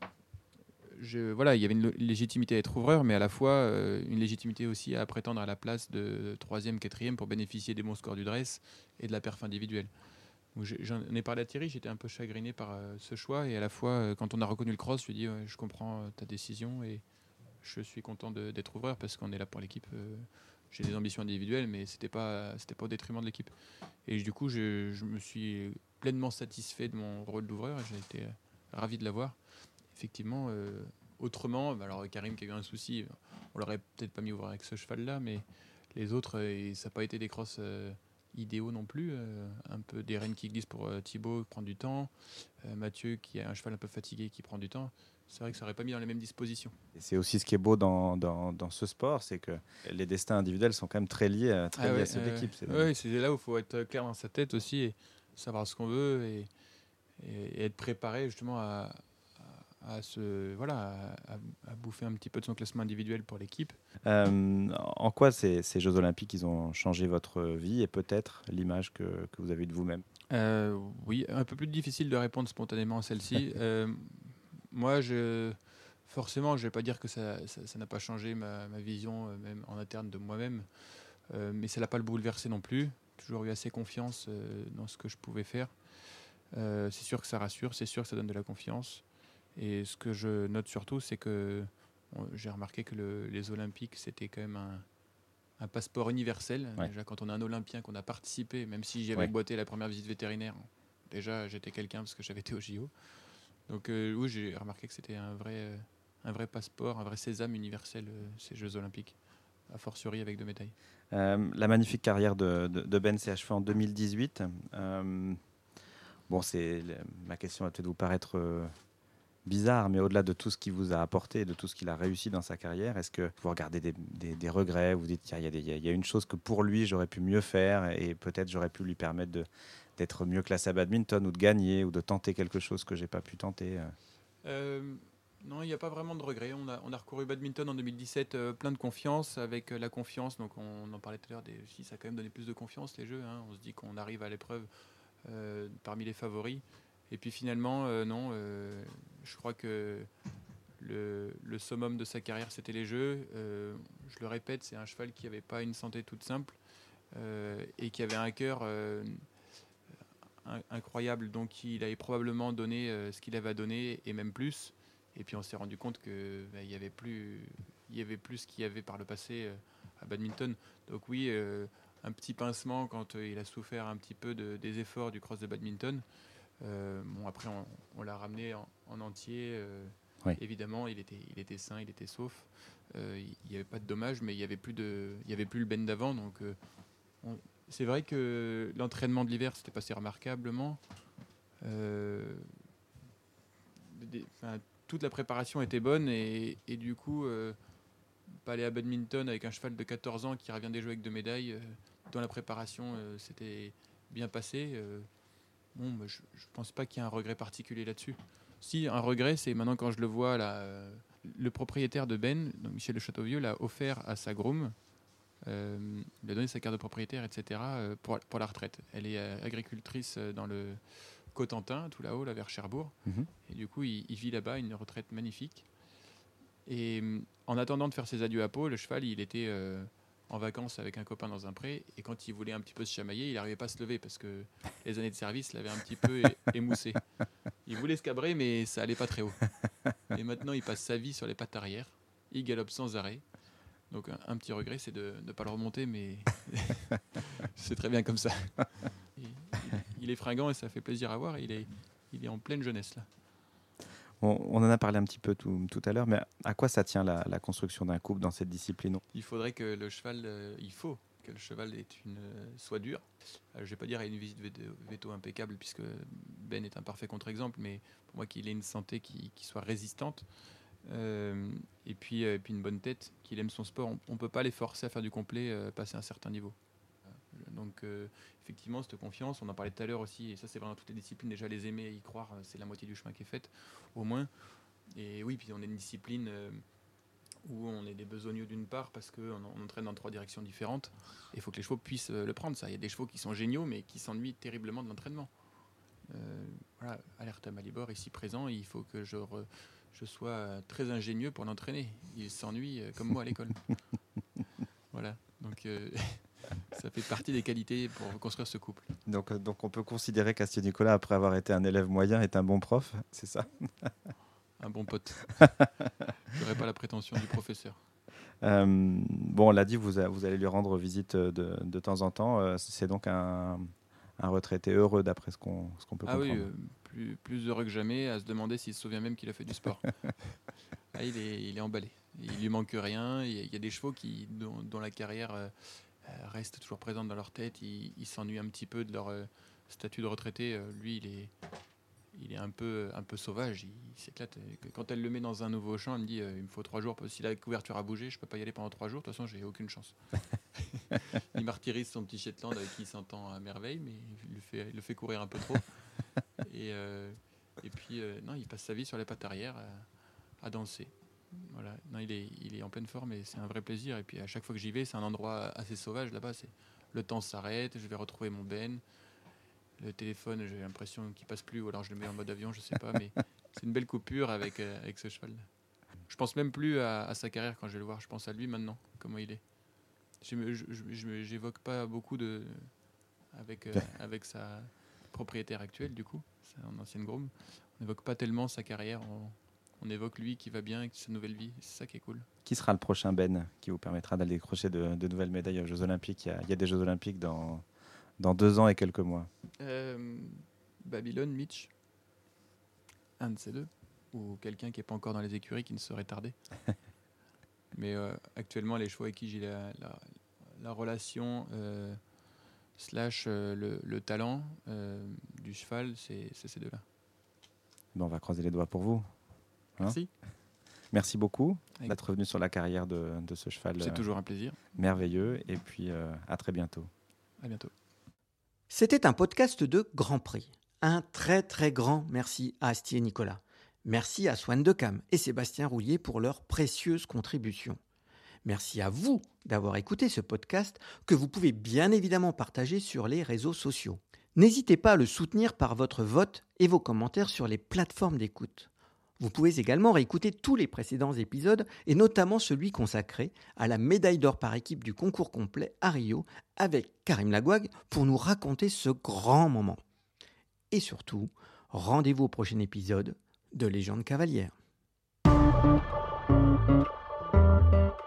je, voilà, il y avait une légitimité à être ouvreur, mais à la fois euh, une légitimité aussi à prétendre à la place de troisième, quatrième pour bénéficier des bons scores du dress et de la perf individuelle. Donc j'en ai parlé à Thierry, j'étais un peu chagriné par euh, ce choix et à la fois euh, quand on a reconnu le cross, je lui ai dit ouais, je comprends euh, ta décision et je suis content de, d'être ouvreur parce qu'on est là pour l'équipe. Euh, j'ai des ambitions individuelles mais c'était pas c'était pas au détriment de l'équipe. Et du coup je, je me suis pleinement satisfait de mon rôle d'ouvreur et j'ai été euh, ravi de l'avoir. Effectivement, euh, autrement, alors Karim qui a eu un souci, on l'aurait peut-être pas mis ouvreur avec ce cheval-là, mais les autres, euh, ça n'a pas été des crosses. Euh, idéaux non plus, euh, un peu des rênes qui glissent pour euh, Thibaut qui prend du temps, euh, Mathieu qui a un cheval un peu fatigué qui prend du temps. C'est vrai que ça n'aurait pas mis dans les mêmes dispositions. Et c'est aussi ce qui est beau dans, dans, dans ce sport, c'est que les destins individuels sont quand même très liés, à, très ah liés ouais, à ceux de l'équipe. C'est, euh, ouais, c'est là où il faut être clair dans sa tête aussi et savoir ce qu'on veut et, et, et être préparé justement à, à, à, se, voilà, à, à bouffer un petit peu de son classement individuel pour l'équipe. Euh, en quoi ces, ces Jeux Olympiques ils ont changé votre vie et peut-être l'image que, que vous avez eue de vous-même? euh, Oui, un peu plus difficile de répondre spontanément à celle-ci. euh, moi, je, forcément, je ne vais pas dire que ça, ça, ça n'a pas changé ma, ma vision, euh, même en interne de moi-même, euh, mais ça n'a pas le bouleversé non plus. J'ai toujours eu assez confiance euh, dans ce que je pouvais faire. Euh, c'est sûr que ça rassure, c'est sûr que ça donne de la confiance. Et ce que je note surtout, c'est que bon, j'ai remarqué que le, les Olympiques, c'était quand même un, un passeport universel. Ouais. Déjà, quand on est un Olympien, qu'on a participé, même si j'avais ouais. boité la première visite vétérinaire, déjà, j'étais quelqu'un parce que j'avais été au J O. Donc euh, oui, j'ai remarqué que c'était un vrai, euh, un vrai passeport, un vrai sésame universel, euh, ces Jeux Olympiques, a fortiori avec deux médailles. Euh, la magnifique carrière de, de, de Ben s'est achevée en deux mille dix-huit. Euh, bon, c'est, ma question va peut-être vous paraître... Euh, bizarre, mais au-delà de tout ce qu'il vous a apporté et de tout ce qu'il a réussi dans sa carrière, est-ce que vous regardez des, des, des regrets, vous vous dites qu'il y, y, y a une chose que pour lui j'aurais pu mieux faire et peut-être j'aurais pu lui permettre de, d'être mieux classé à badminton ou de gagner ou de tenter quelque chose que j'ai pas pu tenter? euh, Non, il n'y a pas vraiment de regrets. On a, on a recouru badminton en deux mille dix-sept, euh, plein de confiance, avec euh, la confiance, donc on en parlait tout à l'heure, des, si ça a quand même donné plus de confiance les jeux, hein. On se dit qu'on arrive à l'épreuve euh, parmi les favoris. Et puis finalement, euh, non, euh, je crois que le, le summum de sa carrière, c'était les Jeux. Euh, je le répète, c'est un cheval qui n'avait pas une santé toute simple euh, et qui avait un cœur euh, un, incroyable. Donc il avait probablement donné euh, ce qu'il avait à donner et même plus. Et puis on s'est rendu compte qu'il bah, n'y avait plus, il y avait plus ce qu'il y avait par le passé euh, à badminton. Donc oui, euh, un petit pincement quand euh, il a souffert un petit peu de, des efforts du cross de badminton. Euh, bon, après, on, on l'a ramené en, en entier. Euh, oui. Évidemment, il était, il était sain, il était sauf. Euh, il n'y avait pas de dommages, mais il n'y avait plus de, il y avait plus le Ben d'avant. Donc, euh, on, c'est vrai que l'entraînement de l'hiver s'était passé remarquablement. Euh, des, toute la préparation était bonne et, et du coup, euh, pas aller à badminton avec un cheval de quatorze ans qui revient des Jeux avec deux médailles. Euh, dans la préparation, euh, c'était bien passé. Euh, Bon, bah, je ne pense pas qu'il y ait un regret particulier là-dessus. Si, un regret, c'est maintenant quand je le vois, là, euh, le propriétaire de Ben, donc Michel de Châteauvieux, l'a offert à sa groom. Euh, il a donné sa carte de propriétaire, et cetera, euh, pour, pour la retraite. Elle est euh, agricultrice dans le Cotentin, tout là-haut, là, vers Cherbourg. Mm-hmm. Et du coup, il, il vit là-bas, une retraite magnifique. Et en attendant de faire ses adieux à Pau, le cheval, il était euh, en vacances avec un copain dans un pré. Et quand il voulait un petit peu se chamailler, il n'arrivait pas à se lever parce que les années de service l'avaient un petit peu é- émoussé. Il voulait se cabrer, mais ça allait pas très haut. Et maintenant, il passe sa vie sur les pattes arrière. Il galope sans arrêt. Donc un, un petit regret, c'est de ne pas le remonter, mais c'est très bien comme ça. Et, il, il est fringant et ça fait plaisir à voir. Il est, il est en pleine jeunesse là. On, on en a parlé un petit peu tout, tout à l'heure, mais à quoi ça tient la, la construction d'un couple dans cette discipline? Il faudrait que le cheval, euh, il faut que le cheval ait une, euh, soit dur. Euh, je ne vais pas dire qu'il ait une visite veto, veto impeccable, puisque Ben est un parfait contre-exemple, mais pour moi qu'il ait une santé qui, qui soit résistante. Euh, et, puis, euh, et puis une bonne tête, qu'il aime son sport. On ne peut pas les forcer à faire du complet, euh, passer un certain niveau. Donc euh, effectivement, cette confiance, on en parlait tout à l'heure aussi, et ça c'est vrai dans toutes les disciplines, déjà les aimer et y croire, c'est la moitié du chemin qui est faite, au moins. Et oui, puis on est une discipline euh, où on est des besogneux d'une part, parce qu'on on entraîne dans trois directions différentes, et il faut que les chevaux puissent euh, le prendre, ça. Il y a des chevaux qui sont géniaux, mais qui s'ennuient terriblement de l'entraînement. Euh, voilà, alerte à Malibor, ici présent, il faut que je, re, je sois très ingénieux pour l'entraîner. Il s'ennuie euh, comme moi à l'école. Voilà, donc... Euh, ça fait partie des qualités pour construire ce couple. Donc, donc on peut considérer qu'Astier Nicolas, après avoir été un élève moyen, est un bon prof, c'est ça? Un bon pote. Je n'aurais pas la prétention du professeur. Euh, bon, on l'a dit, vous, a, vous allez lui rendre visite de, de temps en temps. Euh, c'est donc un, un retraité heureux, d'après ce qu'on, ce qu'on peut ah comprendre. Ah oui, euh, plus, plus heureux que jamais, à se demander s'il se souvient même qu'il a fait du sport. Ah, il, est, il est emballé. Il lui manque rien. Il y a, il y a des chevaux qui, dont, dont la carrière... Euh, restent toujours présentes dans leur tête, ils, ils s'ennuient un petit peu de leur euh, statut de retraité. Euh, lui, il est, il est un peu, un peu sauvage, il, il s'éclate. Et quand elle le met dans un nouveau champ, elle me dit euh, il me faut trois jours, si la couverture a bougé, je peux pas y aller pendant trois jours, de toute façon, j'ai aucune chance. Il martyrise son petit Shetland avec qui il s'entend à merveille, mais il le fait, il le fait courir un peu trop. Et, euh, et puis, euh, non, il passe sa vie sur les pattes arrière à, à danser. Voilà. Non, il est, il est en pleine forme et c'est un vrai plaisir. Et puis à chaque fois que j'y vais, c'est un endroit assez sauvage là-bas. C'est, le temps s'arrête, je vais retrouver mon Ben. Le téléphone, j'ai l'impression qu'il passe plus, ou alors je le mets en mode avion, je sais pas. Mais c'est une belle coupure avec, euh, avec ce cheval. Je pense même plus à, à sa carrière quand je vais le voir. Je pense à lui maintenant, comment il est. Je me, je, je, j'évoque pas beaucoup de avec, euh, avec sa propriétaire actuelle, du coup, c'est une ancienne groom. On n'évoque pas tellement sa carrière. On, On évoque lui qui va bien avec sa nouvelle vie. C'est ça qui est cool. Qui sera le prochain Ben qui vous permettra d'aller décrocher de, de nouvelles médailles aux Jeux Olympiques? Il y a, il y a des Jeux Olympiques dans, dans deux ans et quelques mois. Euh, Babylone, Mitch. Un de ces deux. Ou quelqu'un qui n'est pas encore dans les écuries qui ne serait tardé. Mais euh, actuellement, les chevaux avec qui j'ai la, la, la relation euh, slash euh, le, le talent euh, du cheval, c'est, c'est ces deux-là. Bon, on va croiser les doigts pour vous. Hein? Merci. Merci beaucoup Avec d'être revenu sur la carrière de, de ce cheval. C'est euh, toujours un plaisir. Merveilleux. Et puis, euh, à très bientôt. À bientôt. C'était un podcast de Grand Prix. Un très très grand merci à Astier Nicolas. Merci à Swan Decam et Sébastien Roulier pour leurs précieuses contributions. Merci à vous d'avoir écouté ce podcast que vous pouvez bien évidemment partager sur les réseaux sociaux. N'hésitez pas à le soutenir par votre vote et vos commentaires sur les plateformes d'écoute. Vous pouvez également réécouter tous les précédents épisodes et notamment celui consacré à la médaille d'or par équipe du concours complet à Rio avec Karim Lagouag pour nous raconter ce grand moment. Et surtout, rendez-vous au prochain épisode de Légende cavalière.